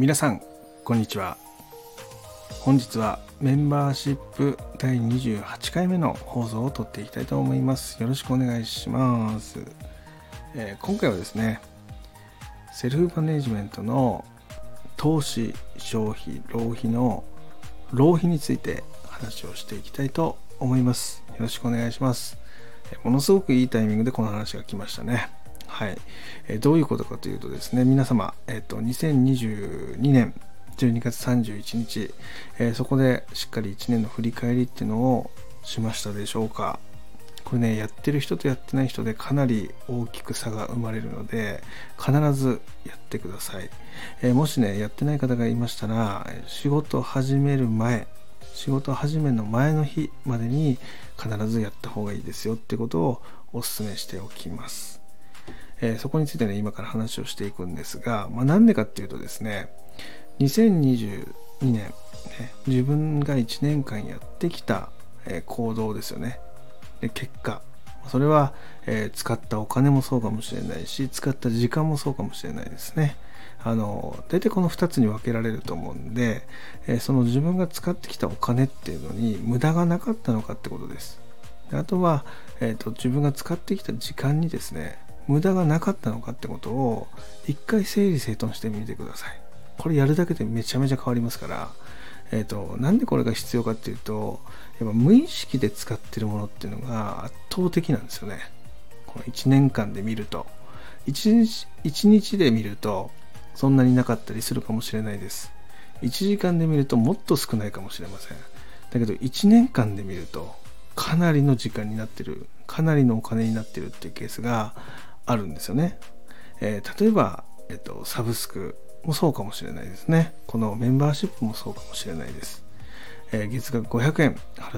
皆さんこんにちは。本日はメンバーシップ第28回目の放送を撮っていきたいと思います。よろしくお願いします。今回はですね、セルフマネジメントの投資、消費、浪費の浪費について話をしていきたいと思います。よろしくお願いします。ものすごくいいタイミングでこの話が来ましたね。はい。どういうことかというとですね、皆様、2022年12月31日、そこでしっかり1年の振り返りっていうのをしましたでしょうか。これね、やってる人とやってない人でかなり大きく差が生まれるので、必ずやってください。もしね、やってない方がいましたら、仕事始めの前の日までに必ずやった方がいいですよっていうことをお勧めしておきます。そこについてね、今から話をしていくんですが、なんでかっていうとですね、2022年、ね、自分が1年間やってきた、行動ですよね。で、結果、それは、使ったお金もそうかもしれないし、使った時間もそうかもしれないですね。大体この2つに分けられると思うんで、その自分が使ってきたお金っていうのに無駄がなかったのかってことです。で、あとは、自分が使ってきた時間にですね、無駄がなかったのかってことを一回整理整頓してみてください。これやるだけでめちゃめちゃ変わりますから、なんでこれが必要かっていうと、やっぱ無意識で使ってるものっていうのが圧倒的なんですよね。この1年間で見ると、1日で見るとそんなになかったりするかもしれないです。1時間で見るともっと少ないかもしれません。だけど1年間で見るとかなりの時間になってる、かなりのお金になってるっていうケースがあるんですよね。例えば、サブスクもそうかもしれないですね。このメンバーシップもそうかもしれないです。月額500円払って、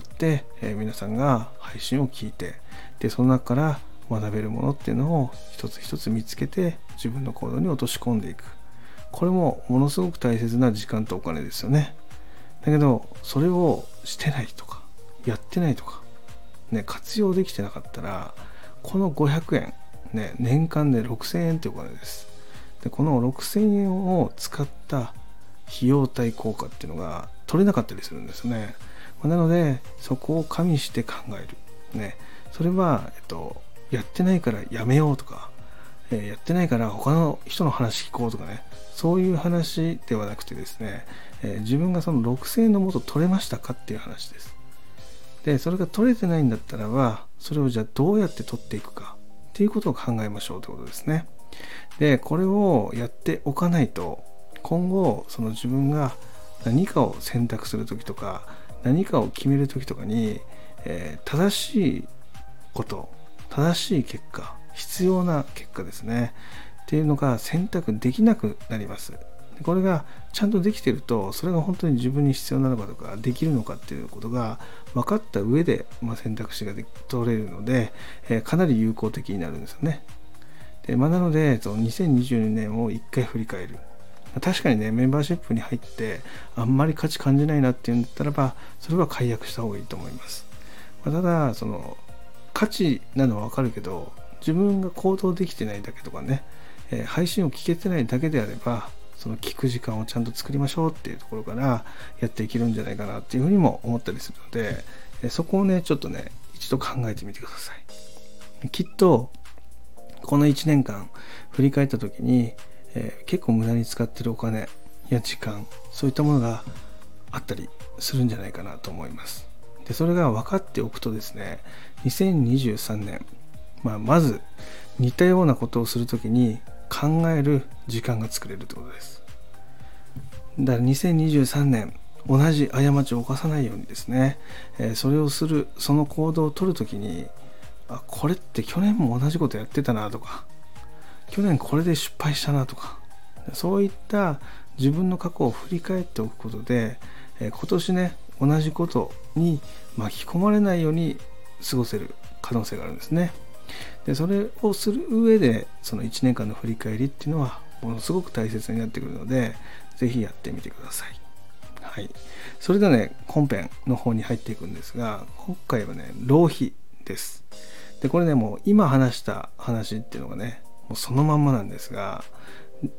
皆さんが配信を聞いて、でその中から学べるものっていうのを一つ一つ見つけて自分の行動に落とし込んでいく。これもものすごく大切な時間とお金ですよね。だけどそれをしてないとかやってないとか、ね、活用できてなかったら、この500円、ね、年間で6000円というお金です。でこの6000円を使った費用対効果っていうのが取れなかったりするんですよね。なのでそこを加味して考える、ね、それは、やってないからやめようとか、やってないから他の人の話聞こうとかね、そういう話ではなくてですね、自分がその6000円の元取れましたかっていう話です。でそれが取れてないんだったらば、それをじゃあどうやって取っていくかっていうことを考えましょうということですね。でこれをやっておかないと、今後その自分が何かを選択するときとか何かを決めるときとかに、正しいこと、正しい結果、必要な結果ですねっていうのが選択できなくなります。これがちゃんとできていると、それが本当に自分に必要なのかとかできるのかっていうことが分かった上で、選択肢が取れるので、かなり有効的になるんですよね。で、なので2022年を一回振り返る。確かにね、メンバーシップに入ってあんまり価値感じないなっていうんだったらば、それは解約した方がいいと思います。ただその価値なのはわかるけど、自分が行動できてないだけとかね、配信を聞けてないだけであれば、その聞く時間をちゃんと作りましょうっていうところからやっていけるんじゃないかなっていうふうにも思ったりするので、そこをねちょっとね一度考えてみてください。きっとこの1年間振り返った時に、結構無駄に使ってるお金や時間、そういったものがあったりするんじゃないかなと思います。でそれが分かっておくとですね、2023年、まず似たようなことをするときに考える時間が作れるってことです。だから2023年同じ過ちを犯さないようにですね、それをする、その行動を取るときに、これって去年も同じことやってたなとか、去年これで失敗したなとか、そういった自分の過去を振り返っておくことで、今年ね同じことに巻き込まれないように過ごせる可能性があるんですね。でそれをする上で、その1年間の振り返りっていうのはものすごく大切になってくるので、ぜひやってみてください。はい、それではね、本編の方に入っていくんですが、今回はね浪費です。でこれね、もう今話した話っていうのがねもうそのまんまなんですが、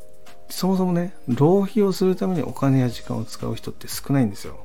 そもそもね、浪費をするためにお金や時間を使う人って少ないんですよ。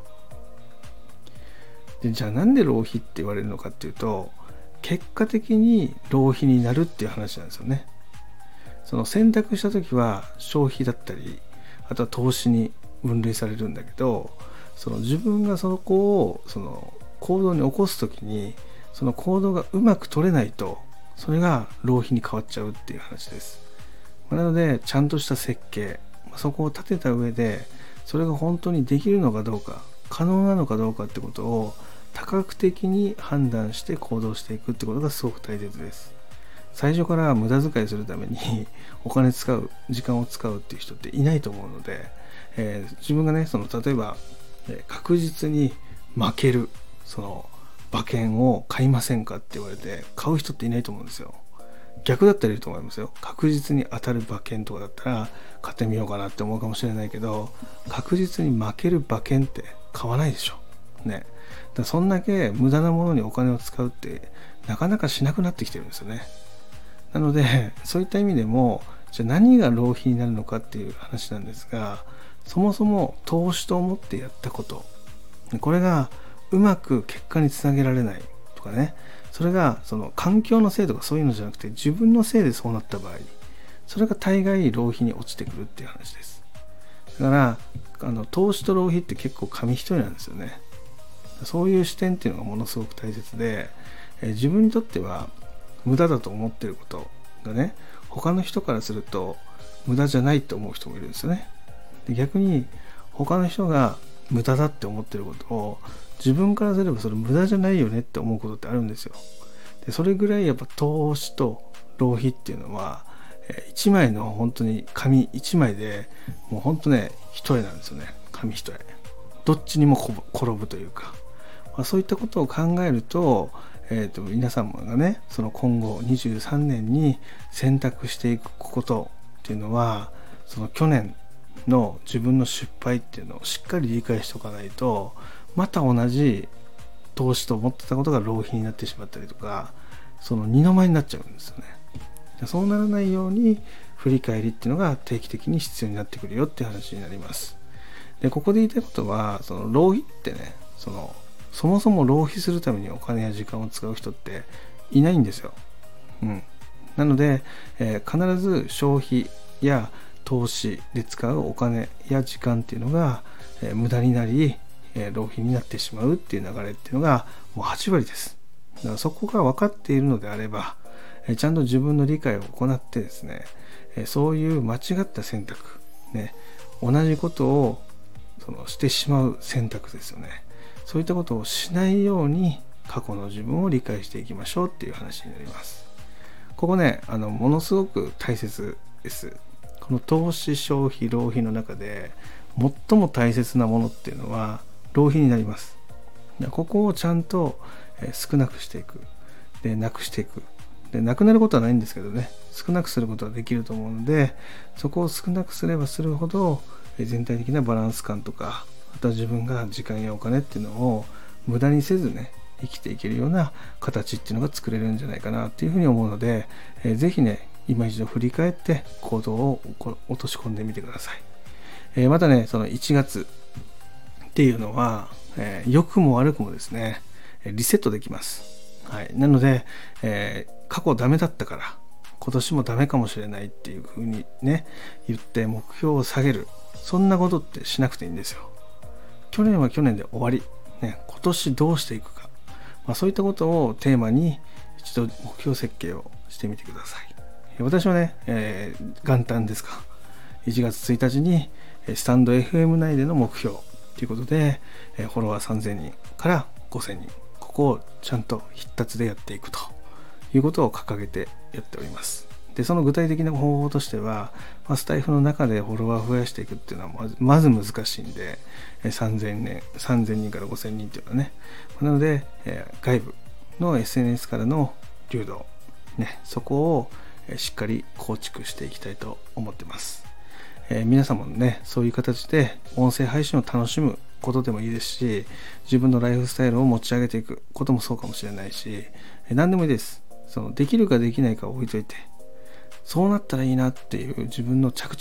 で、じゃあなんで浪費って言われるのかっていうと、結果的に浪費になるっていう話なんですよね。その選択した時は消費だったり、あとは投資に分類されるんだけど、その自分がそこをその行動に起こす時に、その行動がうまく取れないと、それが浪費に変わっちゃうっていう話です。なので、ちゃんとした設計、そこを立てた上で、それが本当にできるのかどうか、可能なのかどうかってことを多角的に判断して行動していくってことがすごく大切です。最初から無駄遣いするためにお金使う、時間を使うっていう人っていないと思うので、自分がね、例えば、確実に負ける、馬券を買いませんかって言われて買う人っていないと思うんですよ。逆だったらいると思いますよ。確実に当たる馬券とかだったら買ってみようかなって思うかもしれないけど、確実に負ける馬券って買わないでしょ。ね。だそんだけ無駄なものにお金を使うってなかなかしなくなってきてるんですよね。なので、そういった意味でも、じゃあ何が浪費になるのかっていう話なんですが、そもそも投資と思ってやったこと、これがうまく結果につなげられないとかね、それがその環境のせいとかそういうのじゃなくて自分のせいでそうなった場合、それが大概浪費に落ちてくるっていう話です。だから投資と浪費って結構紙一重なんですよね。そういう視点っていうのがものすごく大切で、自分にとっては無駄だと思っていることがね、他の人からすると無駄じゃないと思う人もいるんですよね。で、逆に他の人が無駄だって思ってることを自分からすればそれ無駄じゃないよねって思うことってあるんですよ。で、それぐらいやっぱ投資と浪費っていうのは一枚の本当に紙一枚でもう本当ね一重なんですよね。紙一重。どっちにも転ぶというか、そういったことを考えると、皆様がね、その今後23年に選択していくことっていうのは、その去年の自分の失敗っていうのをしっかり理解しておかないと、また同じ投資と思ってたことが浪費になってしまったりとか、その二の舞になっちゃうんですよね。そうならないように振り返りっていうのが定期的に必要になってくるよっていう話になります。で、ここで言いたいことは、その浪費ってね、そもそも浪費するためにお金や時間を使う人っていないんですよ。なので、必ず消費や投資で使うお金や時間っていうのが、無駄になり、浪費になってしまうっていう流れっていうのがもう8割です。だからそこが分かっているのであれば、ちゃんと自分の理解を行ってですね、そういう間違った選択、ね、同じことをしてしまう選択ですよね。そういったことをしないように過去の自分を理解していきましょうっていう話になります。ここね、ものすごく大切です。この投資、消費、浪費の中で最も大切なものっていうのは浪費になります。ここをちゃんと少なくしていく。で、なくしていく。で、なくなることはないんですけどね、少なくすることはできると思うので、そこを少なくすればするほど全体的なバランス感とか、あとは自分が時間やお金っていうのを無駄にせずね、生きていけるような形っていうのが作れるんじゃないかなっていうふうに思うので、ぜひね、今一度振り返って行動を落とし込んでみてください。またね、その1月っていうのは、良くも悪くもですね、リセットできます。はい。なので、過去ダメだったから今年もダメかもしれないっていう風にね、言って目標を下げる。そんなことってしなくていいんですよ。去年は去年で終わり。ね、今年どうしていくか。そういったことをテーマに一度目標設計をしてみてください。私はね、元旦ですか。1月1日にスタンド FM 内での目標ということで、フォロワー3000人から5000人。ここをちゃんと必達でやっていくということを掲げてやっております。で、その具体的な方法としては、スタイフの中でフォロワーを増やしていくっていうのはまず難しいんで、3000人から5000人っていうのはね。なので、外部の SNS からの流動、ね、そこをしっかり構築していきたいと思ってます。皆様もね、そういう形で音声配信を楽しむことでもいいですし、自分のライフスタイルを持ち上げていくこともそうかもしれないし、何でもいいです。できるかできないかを置いといて、そうなったらいいなっていう自分の着地点、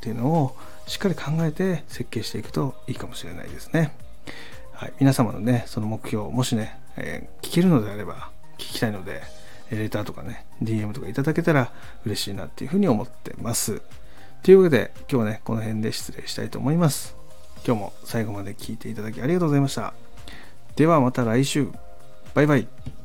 っていうのをしっかり考えて設計していくといいかもしれないですね。はい、皆様のね、その目標、もしね、聞けるのであれば聞きたいので、レターとかね、DM とかいただけたら嬉しいなっていうふうに思ってます。というわけで、今日はね、この辺で失礼したいと思います。今日も最後まで聞いていただきありがとうございました。ではまた来週。バイバイ。